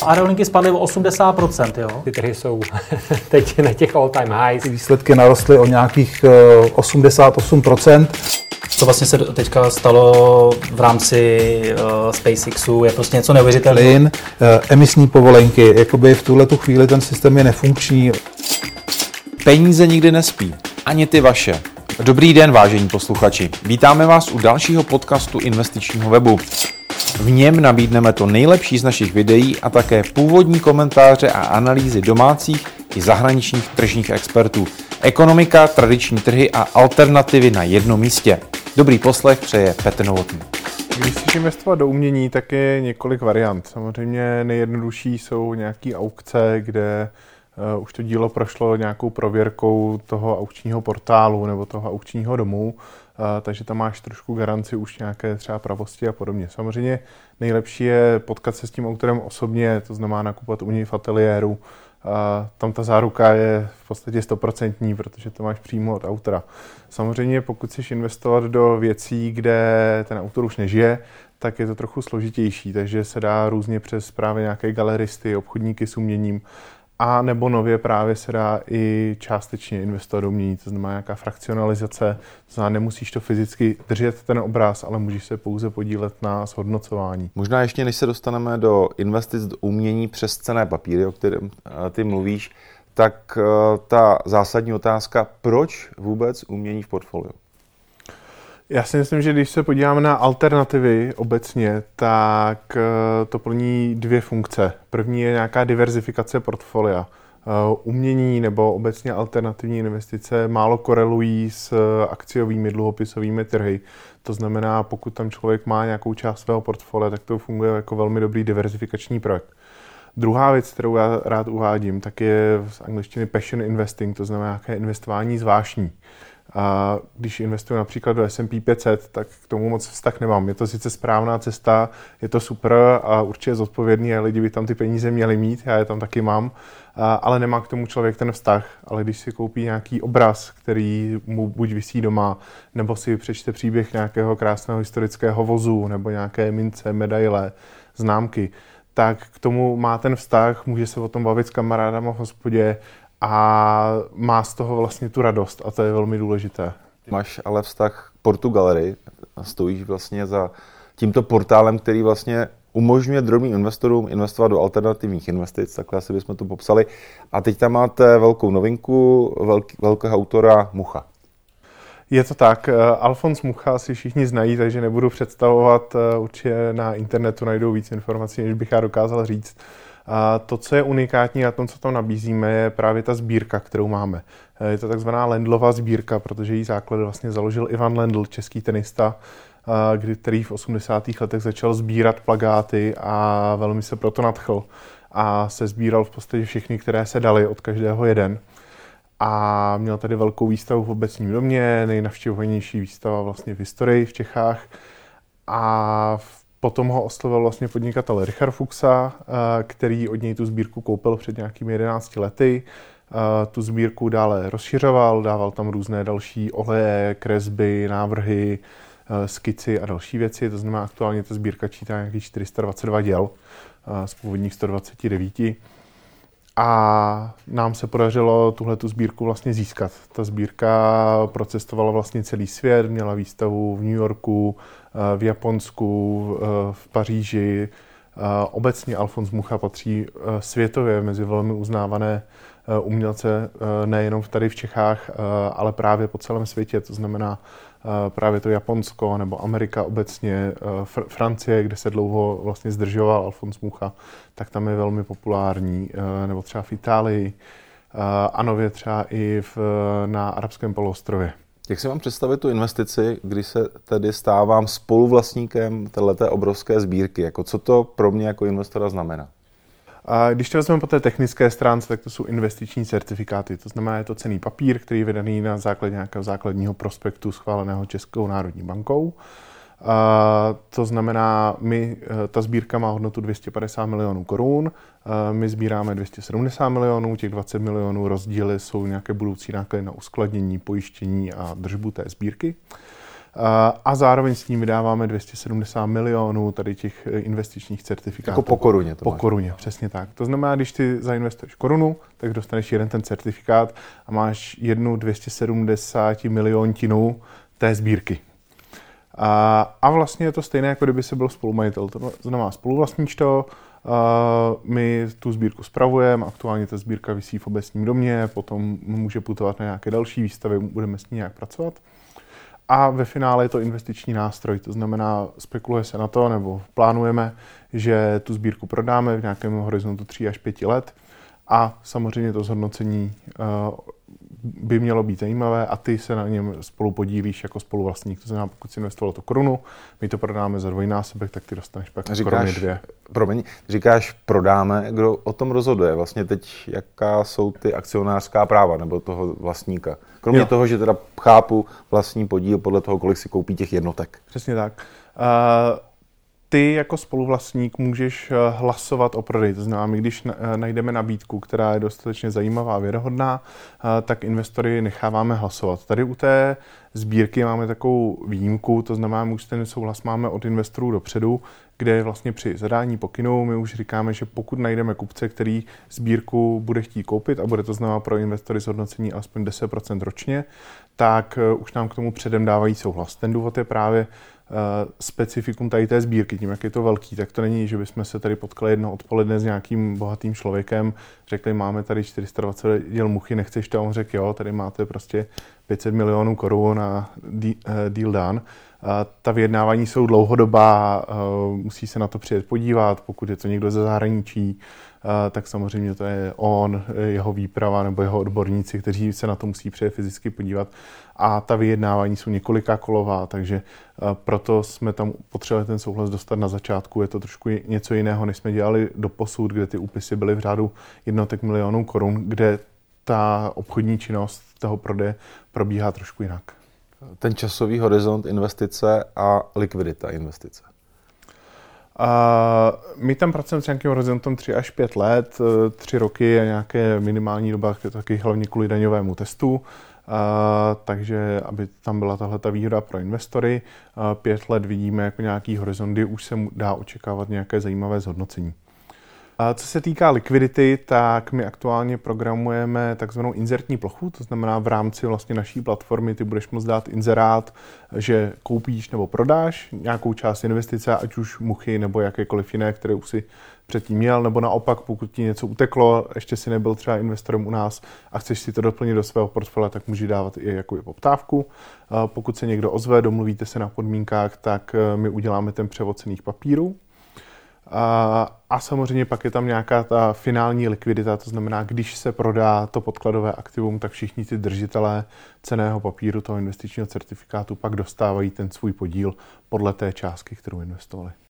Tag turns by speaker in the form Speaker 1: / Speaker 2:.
Speaker 1: Aerolinky spadly o 80%, jo?
Speaker 2: Ty trhy jsou teď na těch all-time highs.
Speaker 3: Výsledky narostly o nějakých 88%.
Speaker 1: Co vlastně se teďka stalo v rámci SpaceXu, je prostě něco neuvěřitelného.
Speaker 3: Plyn, emisní povolenky, jakoby v tuhletu chvíli ten systém je nefunkční.
Speaker 4: Peníze nikdy nespí, ani ty vaše. Dobrý den, vážení posluchači. Vítáme vás u dalšího podcastu investičního webu. V něm nabídneme to nejlepší z našich videí a také původní komentáře a analýzy domácích i zahraničních tržních expertů. Ekonomika, tradiční trhy a alternativy na jednom místě. Dobrý poslech přeje Petr Novotný.
Speaker 5: Když chceš investovat do umění, tak je několik variant. Samozřejmě nejjednodušší jsou nějaké aukce, kde už to dílo prošlo nějakou prověrkou toho aukčního portálu nebo toho aukčního domu, takže tam máš trošku garanci už nějaké třeba pravosti a podobně. Samozřejmě nejlepší je potkat se s tím autorem osobně, to znamená nakupovat u něj v ateliéru. Tam ta záruka je v podstatě 100%, protože to máš přímo od autora. Samozřejmě pokud chceš investovat do věcí, kde ten autor už nežije, tak je to trochu složitější, takže se dá různě přes právě nějaké galeristy, obchodníky s uměním, a nebo nově právě se dá i částečně investovat do umění, to znamená nějaká frakcionalizace, to znamená nemusíš to fyzicky držet ten obraz, ale můžeš se pouze podílet na zhodnocování.
Speaker 4: Možná ještě než se dostaneme do investic do umění přes cenné papíry, o kterém ty mluvíš, tak ta zásadní otázka, proč vůbec umění v portfoliu?
Speaker 5: Já si myslím, že když se podíváme na alternativy obecně, tak to plní dvě funkce. První je nějaká diverzifikace portfolia. Umění nebo obecně alternativní investice málo korelují s akciovými dluhopisovými trhy. To znamená, pokud tam člověk má nějakou část svého portfolia, tak to funguje jako velmi dobrý diverzifikační projekt. Druhá věc, kterou já rád uvádím, tak je z angličtiny passion investing, to znamená nějaké investování zvláštní. A když investuju například do S&P 500, tak k tomu moc vztah nemám. Je to sice správná cesta, je to super a určitě zodpovědný a lidi by tam ty peníze měli mít, já je tam taky mám, ale nemá k tomu člověk ten vztah. Ale když si koupí nějaký obraz, který mu buď visí doma, nebo si přečte příběh nějakého krásného historického vozu, nebo nějaké mince, medaile, známky, tak k tomu má ten vztah, může se o tom bavit s kamarádama v hospodě, a má z toho vlastně tu radost a to je velmi důležité.
Speaker 4: Máš ale vztah k Portugalii a stojíš vlastně za tímto portálem, který vlastně umožňuje drobným investorům investovat do alternativních investic, takhle asi bychom to popsali. A teď tam máte velkou novinku, velkého autora Mucha.
Speaker 5: Je to tak, Alfons Mucha si všichni znají, takže nebudu představovat, určitě na internetu najdou víc informací, než bych já dokázal říct. A to, co je unikátní na tom, co tam nabízíme, je právě ta sbírka, kterou máme. Je to takzvaná Lendlova sbírka, protože její základ vlastně založil Ivan Lendl, český tenista, který v 80. letech začal sbírat plakáty a velmi se proto nadchl. A se sbíral v podstatě všechny, které se daly, od každého jeden. A měl tady velkou výstavu v Obecním domě, nejnavštěvovanější výstava vlastně v historii v Čechách. A potom ho oslovil vlastně podnikatel Richard Fuchsa, který od něj tu sbírku koupil před nějakými 11 lety. Tu sbírku dále rozšiřoval, dával tam různé další oleje, kresby, návrhy, skici a další věci. To znamená, aktuálně ta sbírka čítá nějakých 422 děl z původních 129. A nám se podařilo tuhletu sbírku vlastně získat. Ta sbírka procestovala vlastně celý svět, měla výstavu v New Yorku, v Japonsku, v Paříži. Obecně Alfons Mucha patří světově mezi velmi uznávané umělce, nejenom tady v Čechách, ale právě po celém světě. To znamená právě to Japonsko nebo Amerika obecně, Francie, kde se dlouho vlastně zdržoval Alfons Mucha, tak tam je velmi populární, nebo třeba v Itálii a nově třeba i na arabském poloostrově.
Speaker 4: Jak si mám představit tu investici, kdy se tedy stávám spoluvlastníkem téhleté obrovské sbírky? Jako co to pro mě jako investora znamená?
Speaker 5: A když to vezmeme po té technické stránce, tak to jsou investiční certifikáty. To znamená, je to cenný papír, který je vydaný na základě nějakého základního prospektu schváleného Českou národní bankou. To znamená, ta sbírka má hodnotu 250 milionů korun, my sbíráme 270 milionů, těch 20 milionů rozdíly jsou nějaké budoucí náklady na uskladnění, pojištění a držbu té sbírky. a zároveň s ním vydáváme 270 milionů tady těch investičních certifikátů.
Speaker 4: Jako po koruně to
Speaker 5: Po
Speaker 4: máš.
Speaker 5: koruně, přesně tak. To znamená, když ty zainvestuješ korunu, tak dostaneš jeden ten certifikát a máš 270 miliontinu té sbírky. A vlastně je to stejné, jako kdyby se byl spolumajitel. To znamená, spoluvlastníš to, my tu sbírku spravujeme, aktuálně ta sbírka visí v obecním domě, potom může putovat na nějaké další výstavy, budeme s ní nějak pracovat. A ve finále je to investiční nástroj, to znamená, spekuluje se na to, nebo plánujeme, že tu sbírku prodáme v nějakém horizontu 3 až 5 let a samozřejmě to zhodnocení by mělo být zajímavé a ty se na něm spolu podílíš jako spoluvlastník. To znamená, pokud si investoval to korunu, my to prodáme za dvojnásobek, tak ty dostaneš pak koruny 2.
Speaker 4: Promiň, říkáš prodáme, kdo o tom rozhoduje? Vlastně teď, jaká jsou ty akcionářská práva nebo toho vlastníka? Kromě toho, že teda chápu vlastní podíl podle toho, kolik si koupí těch jednotek.
Speaker 5: Přesně tak. Ty jako spoluvlastník můžeš hlasovat o prodeji. To znamená, my když najdeme nabídku, která je dostatečně zajímavá a věrohodná, tak investory necháváme hlasovat. Tady u té sbírky máme takovou výjimku, to znamená, my už ten souhlas máme od investorů dopředu, kde vlastně při zadání pokynu my už říkáme, že pokud najdeme kupce, který sbírku bude chtít koupit a bude to znamená pro investory zhodnocení alespoň 10% ročně, tak už nám k tomu předem dávají souhlas. Ten důvod je právě specifikum tady té sbírky, tím, jak je to velký, tak to není, že bychom se tady potkali jedno odpoledne s nějakým bohatým člověkem, řekli, máme tady 420 děl muchy, nechceš to? A on řekl, jo, tady máte prostě 500 milionů korun a deal done. Ta vyjednávání jsou dlouhodobá, musí se na to přijet podívat, pokud je to někdo ze zahraničí, tak samozřejmě to je on, jeho výprava nebo jeho odborníci, kteří se na to musí přijet fyzicky podívat. A ta vyjednávání jsou několika kolová, takže proto jsme tam potřebovali ten souhlas dostat na začátku. Je to trošku něco jiného, než jsme dělali doposud, kde ty úpisy byly v řádu jednotek milionů korun, kde ta obchodní činnost toho prodeje probíhá trošku jinak.
Speaker 4: Ten časový horizont investice a likvidita investice.
Speaker 5: My tam pracujeme s nějakým horizontem 3 až 5 let, 3 roky a nějaké minimální doba, taky hlavně kvůli daňovému testu, takže aby tam byla tahleta výhoda pro investory. 5 let vidíme jako nějaký horizont, kdy už se dá očekávat nějaké zajímavé zhodnocení. Co se týká likvidity, tak my aktuálně programujeme takzvanou inzertní plochu, to znamená v rámci vlastně naší platformy ty budeš moct dát inzerát, že koupíš nebo prodáš nějakou část investice, ať už muchy nebo jakékoliv jiné, které už si předtím měl, nebo naopak, pokud ti něco uteklo, ještě si nebyl třeba investorem u nás a chceš si to doplnit do svého portfolia, tak můžeš dávat i jako poptávku. Pokud se někdo ozve, domluvíte se na podmínkách, tak my uděláme ten převod cenných papírů. A samozřejmě pak je tam nějaká ta finální likvidita, to znamená, když se prodá to podkladové aktivum, tak všichni ty držitelé cenného papíru, toho investičního certifikátu, pak dostávají ten svůj podíl podle té částky, kterou investovali.